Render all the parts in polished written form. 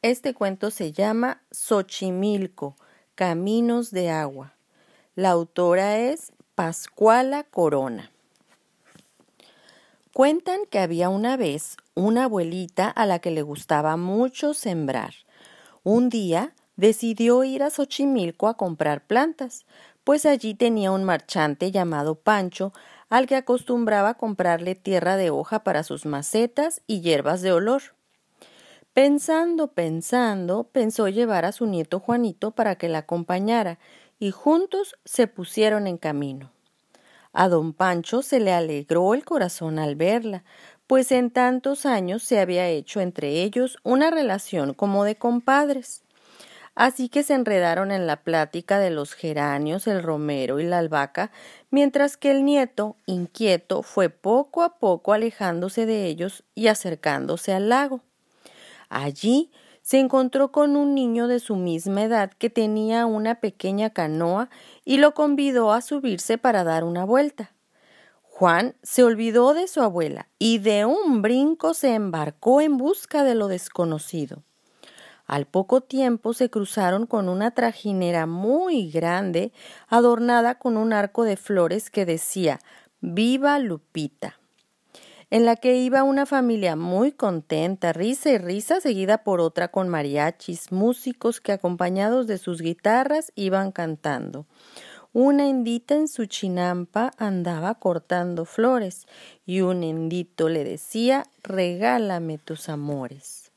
Este cuento se llama Xochimilco, Caminos de Agua. La autora es Pascuala Corona. Cuentan que había una vez una abuelita a la que le gustaba mucho sembrar. Un día decidió ir a Xochimilco a comprar plantas, pues allí tenía un marchante llamado Pancho al que acostumbraba comprarle tierra de hoja para sus macetas y hierbas de olor. Pensando, pensó llevar a su nieto Juanito para que la acompañara y juntos se pusieron en camino. A don Pancho se le alegró el corazón al verla, pues en tantos años se había hecho entre ellos una relación como de compadres. Así que se enredaron en la plática de los geranios, el romero y la albahaca, mientras que el nieto, inquieto, fue poco a poco alejándose de ellos y acercándose al lago. Allí se encontró con un niño de su misma edad que tenía una pequeña canoa y lo convidó a subirse para dar una vuelta. Juan se olvidó de su abuela y de un brinco se embarcó en busca de lo desconocido. Al poco tiempo se cruzaron con una trajinera muy grande adornada con un arco de flores que decía «Viva Lupita», en la que iba una familia muy contenta, risa y risa, seguida por otra con mariachis, músicos que acompañados de sus guitarras iban cantando. Una indita en su chinampa andaba cortando flores y un indito le decía «Regálame tus amores».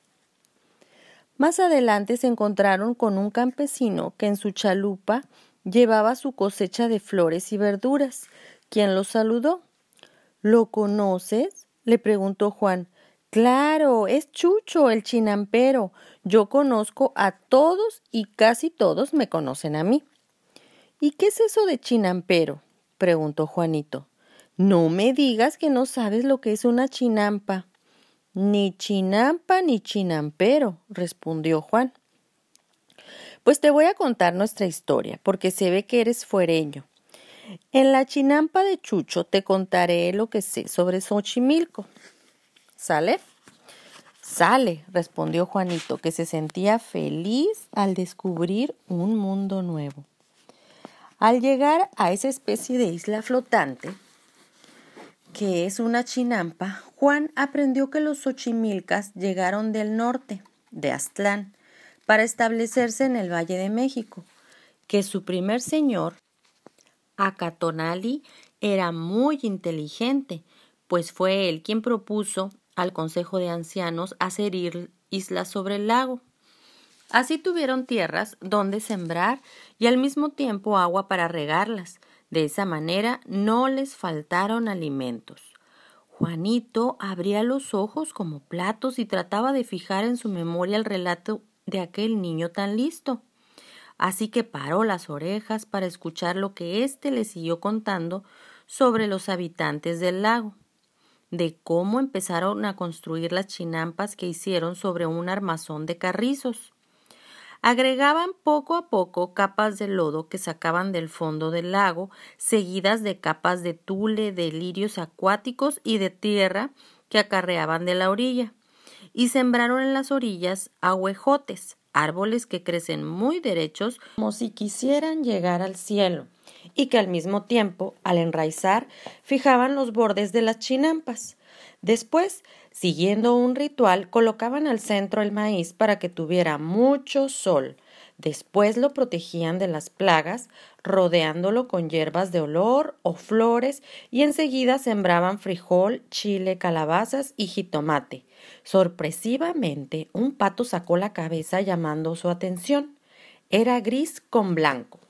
Más adelante se encontraron con un campesino que en su chalupa llevaba su cosecha de flores y verduras, quien los saludó. ¿Lo conoces?, le preguntó Juan. Claro, es Chucho, el chinampero. Yo conozco a todos y casi todos me conocen a mí. ¿Y qué es eso de chinampero?, preguntó Juanito. No me digas que no sabes lo que es una chinampa. Ni chinampa ni chinampero, respondió Juan. Pues te voy a contar nuestra historia, porque se ve que eres fuereño. En la chinampa de Chucho te contaré lo que sé sobre Xochimilco. ¿Sale? Sale, respondió Juanito, que se sentía feliz al descubrir un mundo nuevo. Al llegar a esa especie de isla flotante, que es una chinampa, Juan aprendió que los xochimilcas llegaron del norte, de Aztlán, para establecerse en el Valle de México, que su primer señor, Acatonali, era muy inteligente, pues fue él quien propuso al Consejo de Ancianos hacer islas sobre el lago. Así tuvieron tierras donde sembrar y al mismo tiempo agua para regarlas. De esa manera no les faltaron alimentos. Juanito abría los ojos como platos y trataba de fijar en su memoria el relato de aquel niño tan listo. Así que paró las orejas para escuchar lo que éste le siguió contando sobre los habitantes del lago, de cómo empezaron a construir las chinampas que hicieron sobre un armazón de carrizos. Agregaban poco a poco capas de lodo que sacaban del fondo del lago, seguidas de capas de tule, de lirios acuáticos y de tierra que acarreaban de la orilla, y sembraron en las orillas ahuejotes, árboles que crecen muy derechos como si quisieran llegar al cielo, y que al mismo tiempo, al enraizar, fijaban los bordes de las chinampas. Después, siguiendo un ritual, colocaban al centro el maíz para que tuviera mucho sol. Después lo protegían de las plagas, rodeándolo con hierbas de olor o flores, y enseguida sembraban frijol, chile, calabazas y jitomate. Sorpresivamente, un pato sacó la cabeza llamando su atención. Era gris con blanco.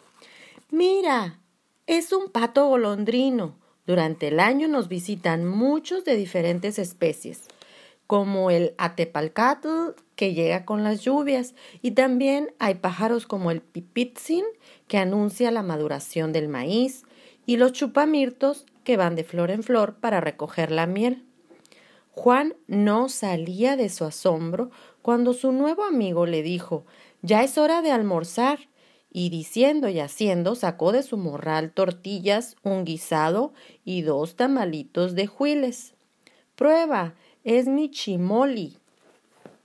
«Mira, es un pato golondrino. Durante el año nos visitan muchos de diferentes especies, como el atepalcatl, que llega con las lluvias, y también hay pájaros como el pipitzin, que anuncia la maduración del maíz, y los chupamirtos, que van de flor en flor para recoger la miel». Juan no salía de su asombro cuando su nuevo amigo le dijo: «Ya es hora de almorzar», y diciendo y haciendo sacó de su morral tortillas, un guisado y 2 tamalitos de huiles. «Prueba, es mi chimoli».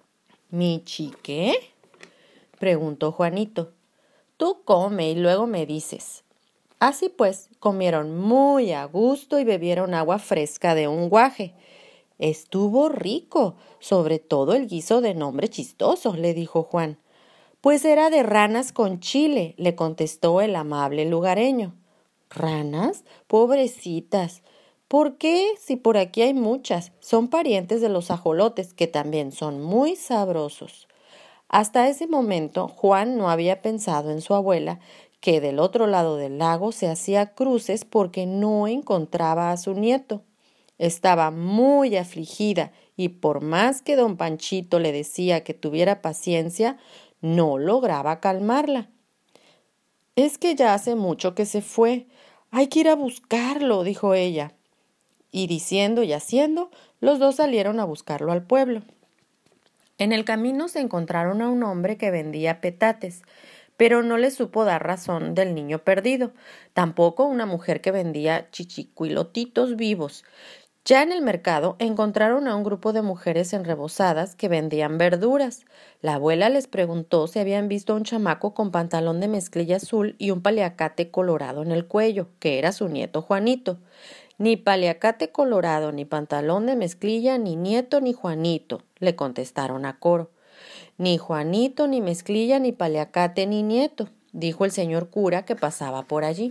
¿Michi qué? Preguntó Juanito. Tú come y luego me dices. Así pues, comieron muy a gusto y bebieron agua fresca de un guaje. Estuvo rico, sobre todo el guiso de nombre chistoso, le dijo Juan. Pues era de ranas con chile, le contestó el amable lugareño. ¿Ranas? Pobrecitas. ¿Por qué? Si por aquí hay muchas. Son parientes de los ajolotes, que también son muy sabrosos. Hasta ese momento, Juan no había pensado en su abuela, que del otro lado del lago se hacía cruces porque no encontraba a su nieto. Estaba muy afligida y por más que don Panchito le decía que tuviera paciencia, no lograba calmarla. Es que ya hace mucho que se fue. Hay que ir a buscarlo, dijo ella. Y diciendo y haciendo, los dos salieron a buscarlo al pueblo. En el camino se encontraron a un hombre que vendía petates, pero no le supo dar razón del niño perdido, tampoco una mujer que vendía chichicuilotitos vivos. Ya en el mercado encontraron a un grupo de mujeres enrebosadas que vendían verduras. La abuela les preguntó si habían visto a un chamaco con pantalón de mezclilla azul y un paliacate colorado en el cuello, que era su nieto Juanito. Ni paliacate colorado, ni pantalón de mezclilla, ni nieto, ni Juanito, le contestaron a coro. Ni Juanito, ni mezclilla, ni paliacate, ni nieto, dijo el señor cura que pasaba por allí.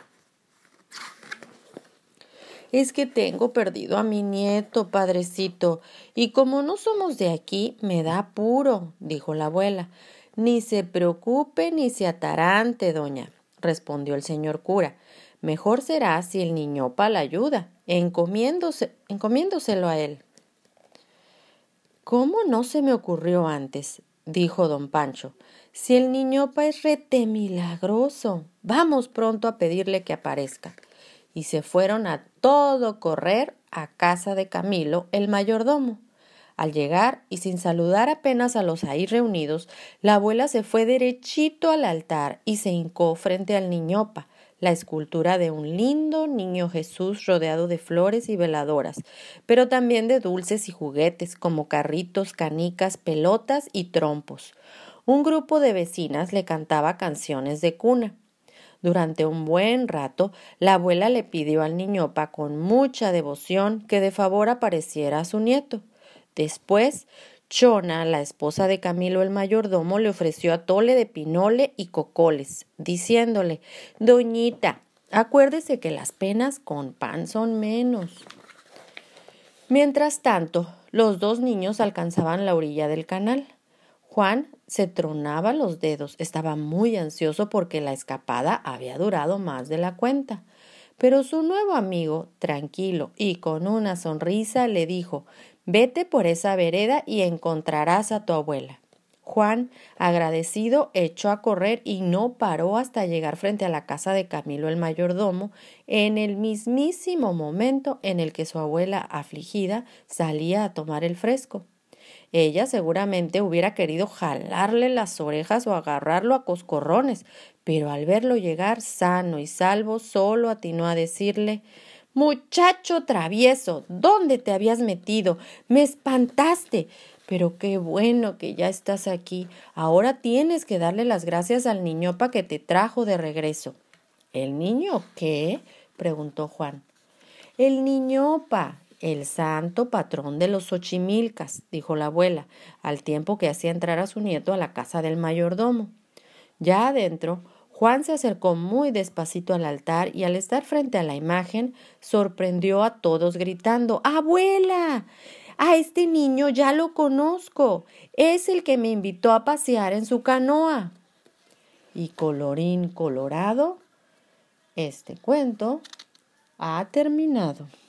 Es que tengo perdido a mi nieto, padrecito, y como no somos de aquí, me da apuro, dijo la abuela. Ni se preocupe ni se atarante, doña, respondió el señor cura. Mejor será si el niñopa la ayuda, encomiéndoselo a él. ¿Cómo no se me ocurrió antes? Dijo don Pancho. Si el niñopa es rete milagroso, vamos pronto a pedirle que aparezca. Y se fueron a todo correr a casa de Camilo, el mayordomo. Al llegar, y sin saludar apenas a los ahí reunidos, la abuela se fue derechito al altar y se hincó frente al niñopa, la escultura de un lindo niño Jesús rodeado de flores y veladoras, pero también de dulces y juguetes como carritos, canicas, pelotas y trompos. Un grupo de vecinas le cantaba canciones de cuna. Durante un buen rato, la abuela le pidió al niñopa con mucha devoción que de favor apareciera a su nieto. Después, Chona, la esposa de Camilo el mayordomo, le ofreció atole de pinole y cocoles, diciéndole: Doñita, acuérdese que las penas con pan son menos. Mientras tanto, los dos niños alcanzaban la orilla del canal. Juan se tronaba los dedos, estaba muy ansioso porque la escapada había durado más de la cuenta. Pero su nuevo amigo, tranquilo y con una sonrisa, le dijo: Vete por esa vereda y encontrarás a tu abuela. Juan, agradecido, echó a correr y no paró hasta llegar frente a la casa de Camilo el mayordomo, en el mismísimo momento en el que su abuela, afligida, salía a tomar el fresco. Ella seguramente hubiera querido jalarle las orejas o agarrarlo a coscorrones, pero al verlo llegar sano y salvo, solo atinó a decirle: Muchacho travieso, ¿dónde te habías metido? Me espantaste. Pero qué bueno que ya estás aquí. Ahora tienes que darle las gracias al niñopa que te trajo de regreso. ¿El niño qué? Preguntó Juan. El niñopa, el santo patrón de los Xochimilcas, dijo la abuela, al tiempo que hacía entrar a su nieto a la casa del mayordomo. Ya adentro, Juan se acercó muy despacito al altar y al estar frente a la imagen, sorprendió a todos gritando: ¡Abuela! A este niño ya lo conozco. Es el que me invitó a pasear en su canoa. Y colorín colorado, este cuento ha terminado.